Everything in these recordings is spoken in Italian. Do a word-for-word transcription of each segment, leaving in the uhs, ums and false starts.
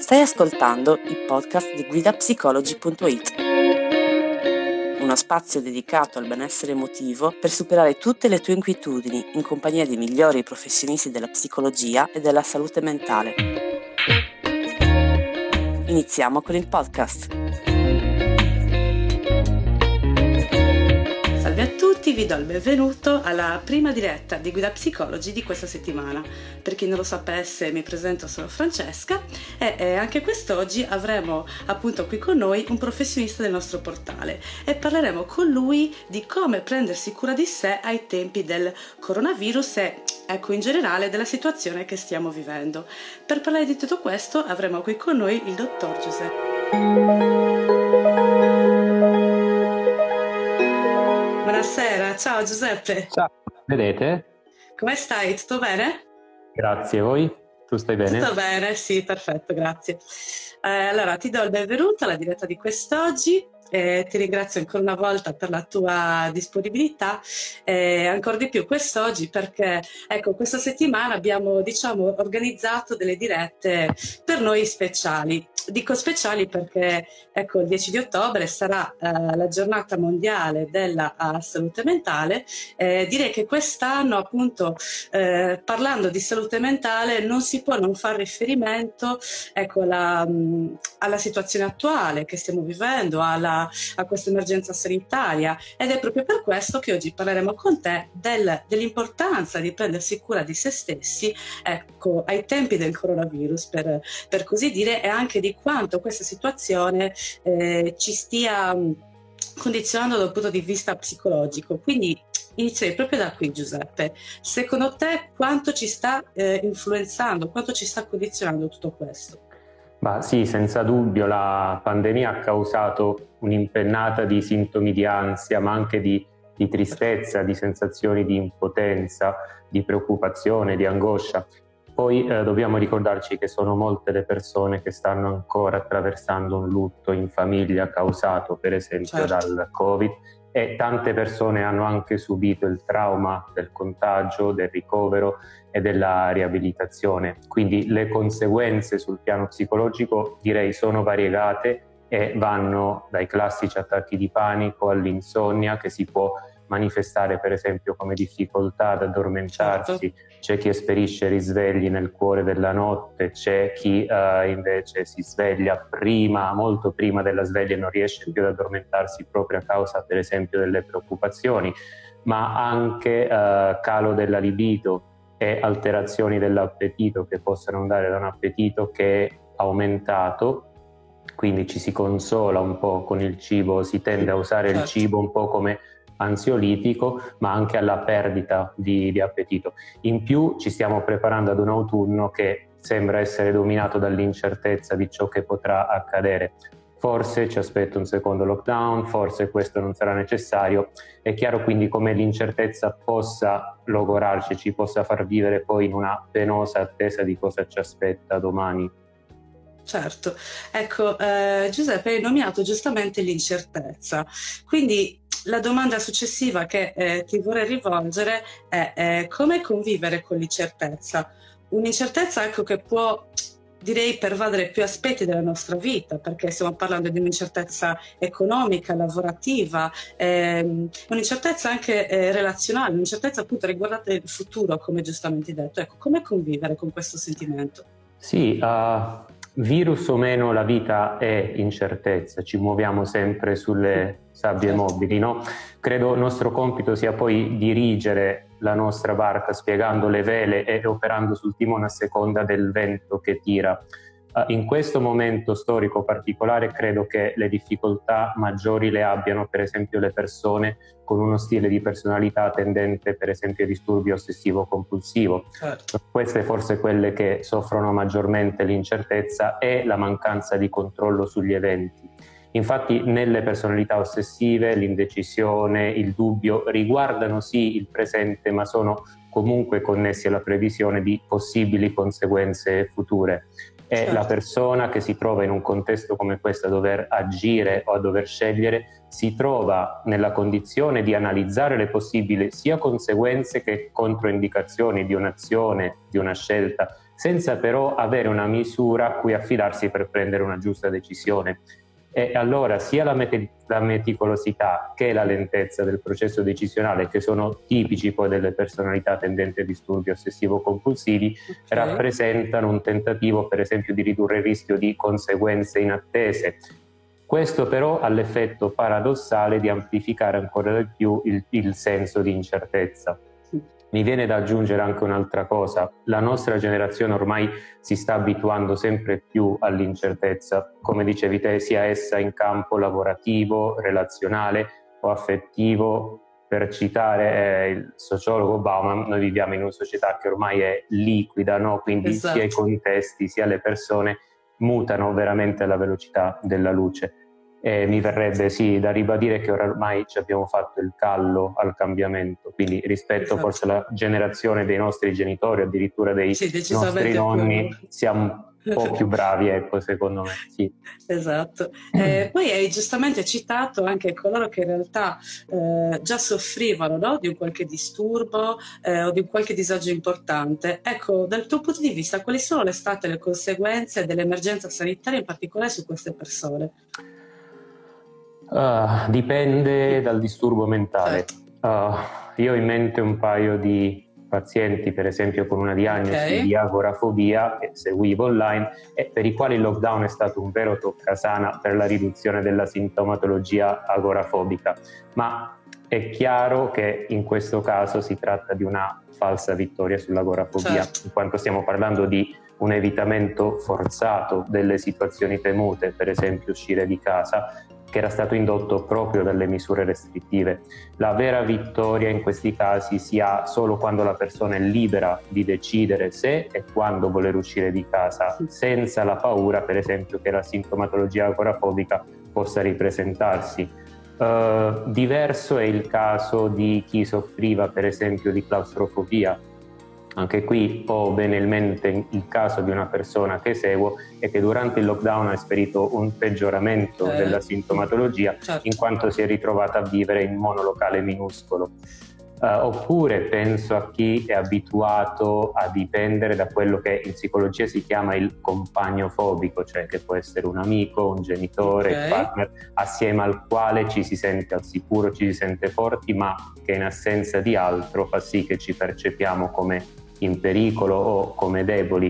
Stai ascoltando il podcast di guida psicologi punto it, uno spazio dedicato al benessere emotivo per superare tutte le tue inquietudini in compagnia dei migliori professionisti della psicologia e della salute mentale. Iniziamo con il podcast. Salve a tutti, vi do il benvenuto alla prima diretta di Guida Psicologi di questa settimana. Per chi non lo sapesse, mi presento, sono Francesca e, e anche quest'oggi avremo appunto qui con noi un professionista del nostro portale e parleremo con lui di come prendersi cura di sé ai tempi del coronavirus e ecco in generale della situazione che stiamo vivendo. Per parlare di tutto questo avremo qui con noi il dottor Giuseppe. Buonasera, ciao Giuseppe. Ciao, vedete? Come stai? Tutto bene? Grazie, voi? Tu stai bene? Tutto bene, sì, perfetto, grazie. Eh, allora, ti do il benvenuto alla diretta di quest'oggi. Eh, ti ringrazio ancora una volta per la tua disponibilità e eh, ancora di più quest'oggi perché ecco questa settimana abbiamo diciamo organizzato delle dirette per noi speciali. Dico speciali perché ecco il dieci di ottobre sarà eh, la giornata mondiale della uh, salute mentale. Eh, direi che quest'anno appunto eh, parlando di salute mentale non si può non fare riferimento ecco alla, mh, alla situazione attuale che stiamo vivendo, alla a questa emergenza sanitaria ed è proprio per questo che oggi parleremo con te del, dell'importanza di prendersi cura di se stessi ecco ai tempi del coronavirus per, per così dire e anche di quanto questa situazione eh, ci stia condizionando dal punto di vista psicologico. Quindi inizierei proprio da qui, Giuseppe. Secondo te quanto ci sta eh, influenzando, quanto ci sta condizionando tutto questo? Bah, sì, senza dubbio la pandemia ha causato un'impennata di sintomi di ansia, ma anche di, di tristezza, di sensazioni di impotenza, di preoccupazione, di angoscia. Poi eh, dobbiamo ricordarci che sono molte le persone che stanno ancora attraversando un lutto in famiglia causato per esempio certo. dal Covid e tante persone hanno anche subito il trauma del contagio, del ricovero e della riabilitazione. Quindi le conseguenze sul piano psicologico direi sono variegate e vanno dai classici attacchi di panico all'insonnia che si può manifestare per esempio come difficoltà ad addormentarsi, certo. C'è chi esperisce risvegli nel cuore della notte, c'è chi uh, invece si sveglia prima, molto prima della sveglia e non riesce più ad addormentarsi proprio a causa per esempio delle preoccupazioni, ma anche uh, calo della libido e alterazioni dell'appetito che possono andare da un appetito che è aumentato, quindi ci si consola un po' con il cibo, si tende a usare certo. il cibo un po' come ansiolitico, ma anche alla perdita di, di appetito. In più ci stiamo preparando ad un autunno che sembra essere dominato dall'incertezza di ciò che potrà accadere. Forse ci aspetta un secondo lockdown, forse questo non sarà necessario. È chiaro quindi come l'incertezza possa logorarci, ci possa far vivere poi in una penosa attesa di cosa ci aspetta domani. Certo, ecco eh, Giuseppe hai nominato giustamente l'incertezza, quindi la domanda successiva che eh, ti vorrei rivolgere è eh, come convivere con l'incertezza? Un'incertezza ecco, che può, direi, pervadere più aspetti della nostra vita, perché stiamo parlando di un'incertezza economica, lavorativa, ehm, un'incertezza anche eh, relazionale, un'incertezza appunto riguardante il futuro, come giustamente detto. Ecco, come convivere con questo sentimento? Sì, uh, virus o meno la vita è incertezza, ci muoviamo sempre sulle sabbie mobili, no? Credo il nostro compito sia poi dirigere la nostra barca spiegando le vele e operando sul timone a seconda del vento che tira. Uh, in questo momento storico particolare credo che le difficoltà maggiori le abbiano per esempio le persone con uno stile di personalità tendente per esempio a disturbi ossessivo-compulsivo. Certo. Queste forse quelle che soffrono maggiormente l'incertezza e la mancanza di controllo sugli eventi. Infatti nelle personalità ossessive l'indecisione, il dubbio riguardano sì il presente ma sono comunque connessi alla previsione di possibili conseguenze future. E certo. La persona che si trova in un contesto come questo a dover agire o a dover scegliere si trova nella condizione di analizzare le possibili sia conseguenze che controindicazioni di un'azione, di una scelta, senza però avere una misura a cui affidarsi per prendere una giusta decisione. E allora sia la, met- la meticolosità che la lentezza del processo decisionale, che sono tipici poi delle personalità tendenti a disturbi ossessivo-compulsivi, okay, rappresentano un tentativo per esempio di ridurre il rischio di conseguenze inattese. Questo però ha l'effetto paradossale di amplificare ancora di più il, il senso di incertezza. Mi viene da aggiungere anche un'altra cosa: la nostra generazione ormai si sta abituando sempre più all'incertezza, come dicevi te, sia essa in campo lavorativo, relazionale o affettivo. Per citare eh, il sociologo Bauman, noi viviamo in una società che ormai è liquida, no? Quindi esatto, sia i contesti sia le persone mutano veramente alla velocità della luce. E mi verrebbe sì da ribadire che ormai ci abbiamo fatto il callo al cambiamento, quindi rispetto esatto, forse alla generazione dei nostri genitori, addirittura dei sì, nostri nonni, più. Siamo un po' più bravi, ecco, secondo me. Sì. Esatto. Eh, poi hai giustamente citato anche coloro che in realtà eh, già soffrivano, no? Di un qualche disturbo eh, o di un qualche disagio importante. Ecco, dal tuo punto di vista, quali sono le state le conseguenze dell'emergenza sanitaria, in particolare su queste persone? Uh, dipende dal disturbo mentale. Uh, io ho in mente un paio di pazienti, per esempio con una diagnosi okay. di agorafobia che seguivo online e per i quali il lockdown è stato un vero toccasana per la riduzione della sintomatologia agorafobica. Ma è chiaro che in questo caso si tratta di una falsa vittoria sull'agorafobia, certo. in quanto stiamo parlando di un evitamento forzato delle situazioni temute, per esempio uscire di casa, che era stato indotto proprio dalle misure restrittive. La vera vittoria in questi casi si ha solo quando la persona è libera di decidere se e quando voler uscire di casa, senza la paura, per esempio, che la sintomatologia agorafobica possa ripresentarsi. Uh, diverso è il caso di chi soffriva, per esempio, di claustrofobia. Anche qui ho bene in mente il caso di una persona che seguo e che durante il lockdown ha esperito un peggioramento eh, della sintomatologia, certo. in quanto si è ritrovata a vivere in un monolocale minuscolo. Uh, oppure penso a chi è abituato a dipendere da quello che in psicologia si chiama il compagno fobico, cioè che può essere un amico, un genitore, okay. il partner, assieme al quale ci si sente al sicuro, ci si sente forti, ma che in assenza di altro fa sì che ci percepiamo come in pericolo o come deboli.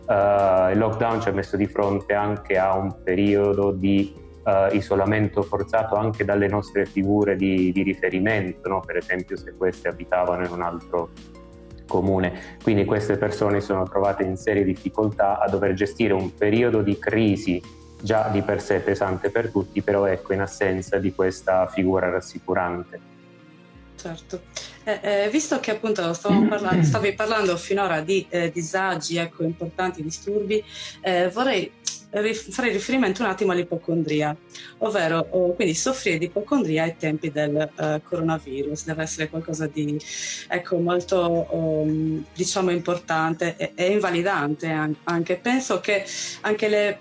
Uh, il lockdown ci ha messo di fronte anche a un periodo di uh, isolamento forzato anche dalle nostre figure di, di riferimento, no? Per esempio se queste abitavano in un altro comune. Quindi queste persone si sono trovate in serie difficoltà a dover gestire un periodo di crisi già di per sé pesante per tutti, però ecco in assenza di questa figura rassicurante. Certo, eh, eh, visto che appunto stavamo parlando, stavi parlando finora di eh, disagi, ecco, importanti disturbi, eh, vorrei rif- fare riferimento un attimo all'ipocondria, ovvero oh, quindi soffrire di ipocondria ai tempi del eh, coronavirus deve essere qualcosa di ecco, molto um, diciamo importante e, e invalidante anche. Penso che anche le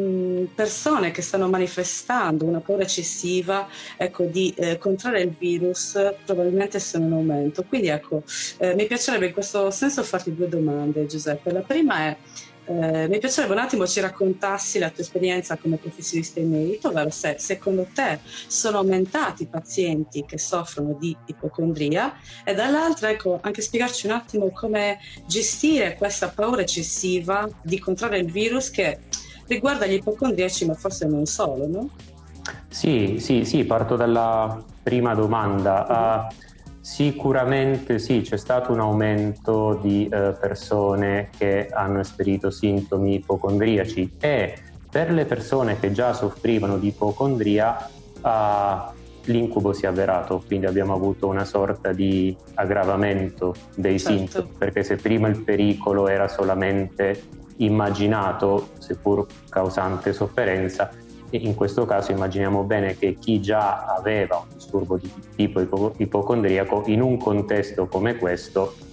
persone che stanno manifestando una paura eccessiva ecco, di eh, contrarre il virus probabilmente sono in aumento. Quindi ecco, eh, mi piacerebbe in questo senso farti due domande, Giuseppe. La prima è eh, mi piacerebbe un attimo ci raccontassi la tua esperienza come professionista in merito, ovvero se secondo te sono aumentati i pazienti che soffrono di ipocondria, e dall'altra ecco anche spiegarci un attimo come gestire questa paura eccessiva di contrarre il virus che riguarda gli ipocondriaci, ma forse non solo, no? Sì, sì, sì, parto dalla prima domanda. Uh, sicuramente sì, c'è stato un aumento di uh, persone che hanno esperito sintomi ipocondriaci e per le persone che già soffrivano di ipocondria uh, l'incubo si è avverato, quindi abbiamo avuto una sorta di aggravamento dei certo. sintomi, perché se prima il pericolo era solamente immaginato, seppur causante sofferenza, e in questo caso immaginiamo bene che chi già aveva un disturbo di tipo ipo- ipocondriaco in un contesto come questo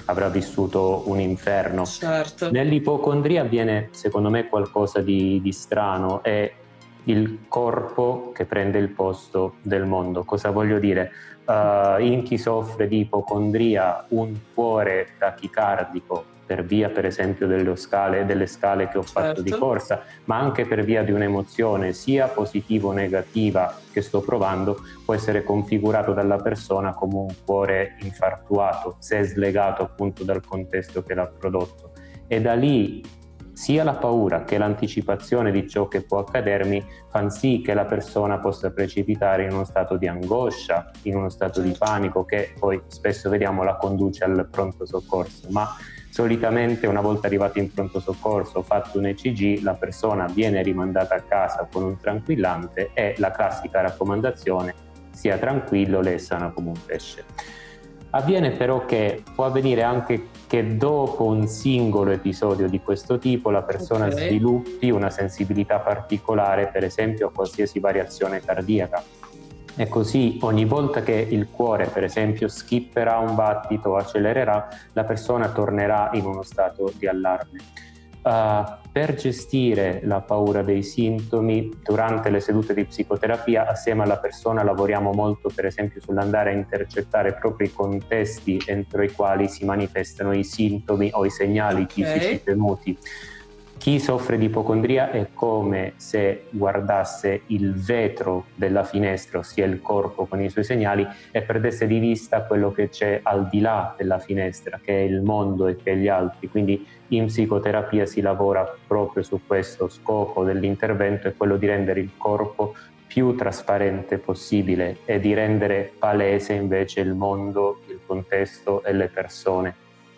avrà vissuto un inferno. Certo. Nell'ipocondria avviene secondo me qualcosa di, di strano, è il corpo che prende il posto del mondo. Cosa voglio dire? Uh, in chi soffre di ipocondria un cuore tachicardico per via per esempio delle scale, delle scale che ho certo. fatto di corsa, ma anche per via di un'emozione sia positiva o negativa che sto provando, può essere configurato dalla persona come un cuore infartuato, se è slegato appunto dal contesto che l'ha prodotto. E da lì sia la paura che l'anticipazione di ciò che può accadere fanno sì che la persona possa precipitare in uno stato di angoscia, in uno stato certo. di panico, che poi spesso vediamo la conduce al pronto soccorso. Ma solitamente una volta arrivato in pronto soccorso, fatto un E C G, la persona viene rimandata a casa con un tranquillante e la classica raccomandazione: sia tranquillo, lei è sana come un pesce. Avviene però che può avvenire anche che dopo un singolo episodio di questo tipo la persona okay. sviluppi una sensibilità particolare, per esempio a qualsiasi variazione cardiaca. E così ogni volta che il cuore, per esempio, skipperà un battito o accelererà, la persona tornerà in uno stato di allarme. Uh, per gestire la paura dei sintomi, durante le sedute di psicoterapia, assieme alla persona lavoriamo molto, per esempio, sull'andare a intercettare proprio i contesti entro i quali si manifestano i sintomi o i segnali okay. fisici temuti. Chi soffre di ipocondria è come se guardasse il vetro della finestra, ossia il corpo con i suoi segnali, e perdesse di vista quello che c'è al di là della finestra, che è il mondo e che è gli altri. Quindi in psicoterapia si lavora proprio su questo. Scopo dell'intervento è quello di rendere il corpo più trasparente possibile e di rendere palese invece il mondo, il contesto e le persone.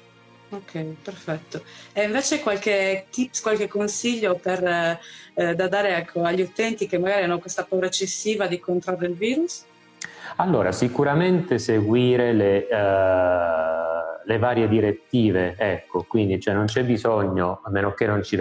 Ok, perfetto. E invece qualche tips, qualche consiglio per, eh, da dare ecco, agli utenti che magari hanno questa paura eccessiva di contrarre il virus? Allora, sicuramente seguire le, uh, le varie direttive, ecco, quindi cioè non c'è bisogno, a meno che non ci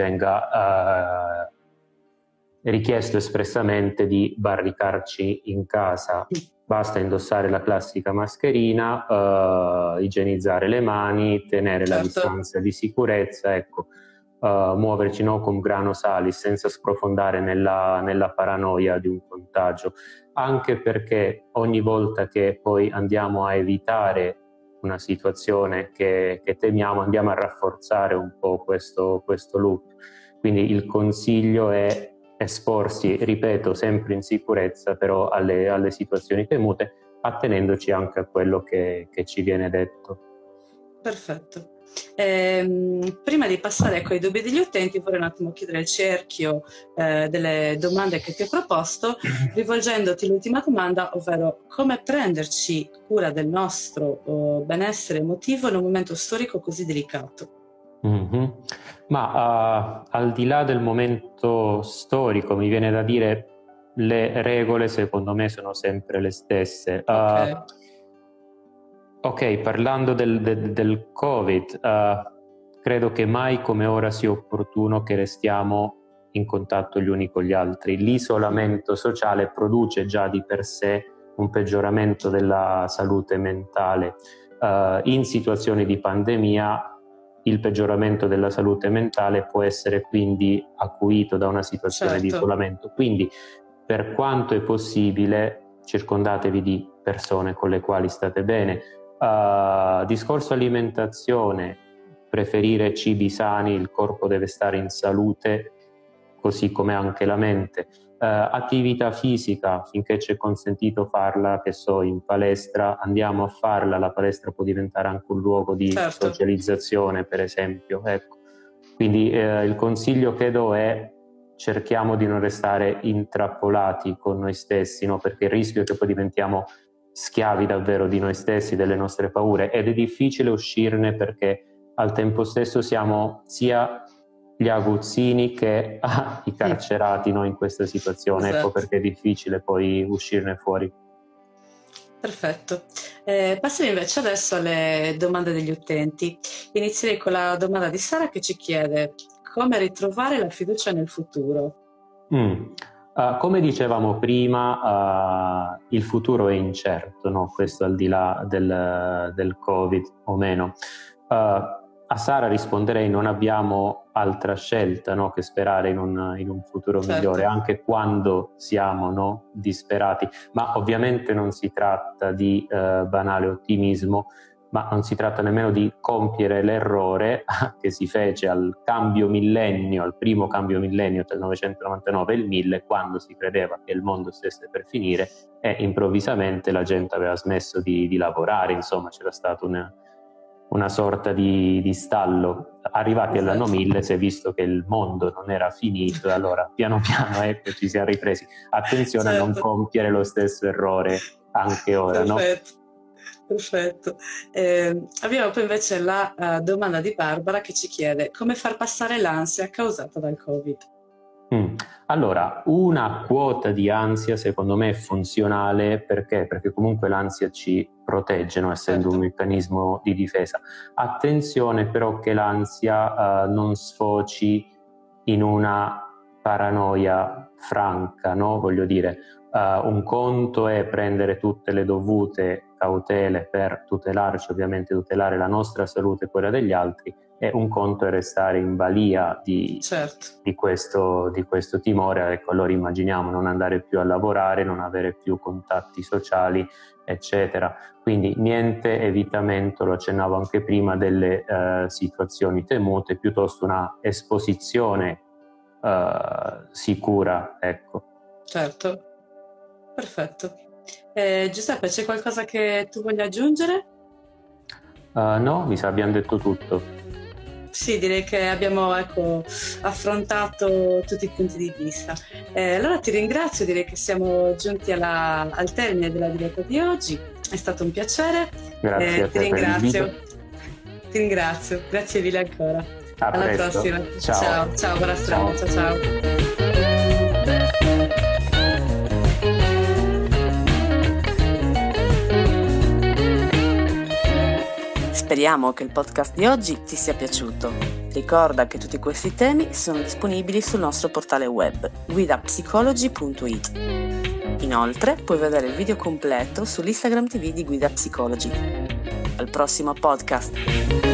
venga uh, richiesto espressamente, di barricarci in casa. Basta indossare la classica mascherina, uh, igienizzare le mani, tenere certo. la distanza di sicurezza, ecco, uh, muoverci no, con grano salis, senza sprofondare nella, nella paranoia di un contagio, anche perché ogni volta che poi andiamo a evitare una situazione che, che temiamo, andiamo a rafforzare un po' questo, questo loop. Quindi il consiglio è esporsi, ripeto, sempre in sicurezza, però alle, alle situazioni temute, attenendoci anche a quello che, che ci viene detto. Perfetto. Eh, prima di passare ecco, ai dubbi degli utenti, vorrei un attimo chiudere il cerchio eh, delle domande che ti ho proposto, rivolgendoti l'ultima domanda, ovvero come prenderci cura del nostro oh, benessere emotivo in un momento storico così delicato. Mm-hmm. Ma uh, al di là del momento storico, mi viene da dire, le regole secondo me sono sempre le stesse. Ok, uh, okay parlando del, del, del Covid, uh, credo che mai come ora sia opportuno che restiamo in contatto gli uni con gli altri. L'isolamento sociale produce già di per sé un peggioramento della salute mentale. Uh, in situazioni di pandemia il peggioramento della salute mentale può essere quindi acuito da una situazione certo. di isolamento. Quindi, per quanto è possibile, circondatevi di persone con le quali state bene. Uh, discorso alimentazione, preferire cibi sani, il corpo deve stare in salute, così come anche la mente. Uh, attività fisica, finché c'è consentito farla, che so, in palestra, andiamo a farla. La palestra può diventare anche un luogo di certo. socializzazione, per esempio. Ecco. Quindi eh, il consiglio che do è: cerchiamo di non restare intrappolati con noi stessi, no? Perché il rischio è che poi diventiamo schiavi davvero di noi stessi, delle nostre paure, ed è difficile uscirne, perché al tempo stesso siamo sia gli aguzzini che ah, i carcerati no, in questa situazione, esatto. Ecco perché è difficile poi uscirne fuori. Perfetto. Eh, passiamo invece adesso alle domande degli utenti. Inizierei con la domanda di Sara, che ci chiede: come ritrovare la fiducia nel futuro? Mm. Uh, come dicevamo prima, uh, il futuro è incerto, no? Questo al di là del, del Covid o meno. Uh, a Sara risponderei: non abbiamo altra scelta, no, che sperare in un, in un futuro certo. migliore, anche quando siamo, no, disperati. Ma ovviamente non si tratta di uh, banale ottimismo, ma non si tratta nemmeno di compiere l'errore che si fece al cambio millennio, al primo cambio millennio tra il novecentonovantanove e il mille, quando si credeva che il mondo stesse per finire e improvvisamente la gente aveva smesso di, di lavorare, insomma c'era stato una una sorta di, di stallo. Arrivati esatto. all'anno mille si è visto che il mondo non era finito, e allora piano piano ecco ci siamo ripresi. Attenzione certo. a non compiere lo stesso errore anche ora. Perfetto. No? Perfetto. Eh, abbiamo poi invece la uh, domanda di Barbara che ci chiede: come far passare l'ansia causata dal Covid? Mm. Allora, una quota di ansia secondo me è funzionale. Perché? Perché comunque l'ansia ci protegge, no? Essendo certo. un meccanismo di difesa. Attenzione però che l'ansia uh, non sfoci in una paranoia franca, no? Voglio dire, uh, un conto è prendere tutte le dovute cautele per tutelarci, ovviamente tutelare la nostra salute e quella degli altri, e un conto è restare in balia di, certo. di, questo, di questo timore. Ecco, allora immaginiamo non andare più a lavorare, non avere più contatti sociali, eccetera. Quindi niente evitamento, lo accennavo anche prima, delle uh, situazioni temute, piuttosto una esposizione uh, sicura, ecco. Certo, perfetto. Eh, Giuseppe, c'è qualcosa che tu voglia aggiungere? Uh, no, mi sa abbiamo detto tutto. Sì, direi che abbiamo ecco, affrontato tutti i punti di vista. Eh, allora ti ringrazio, direi che siamo giunti alla, al termine della diretta di oggi. È stato un piacere. Grazie eh, a te ti ringrazio. Per il ti ringrazio, grazie mille ancora. A Alla presto. prossima. Ciao. Ciao, ciao, buona strada. Ciao, ciao. Speriamo che il podcast di oggi ti sia piaciuto. Ricorda che tutti questi temi sono disponibili sul nostro portale web guida psicology punto it. Inoltre puoi vedere il video completo sull'Instagram T V di Guida Psicology. Al prossimo podcast!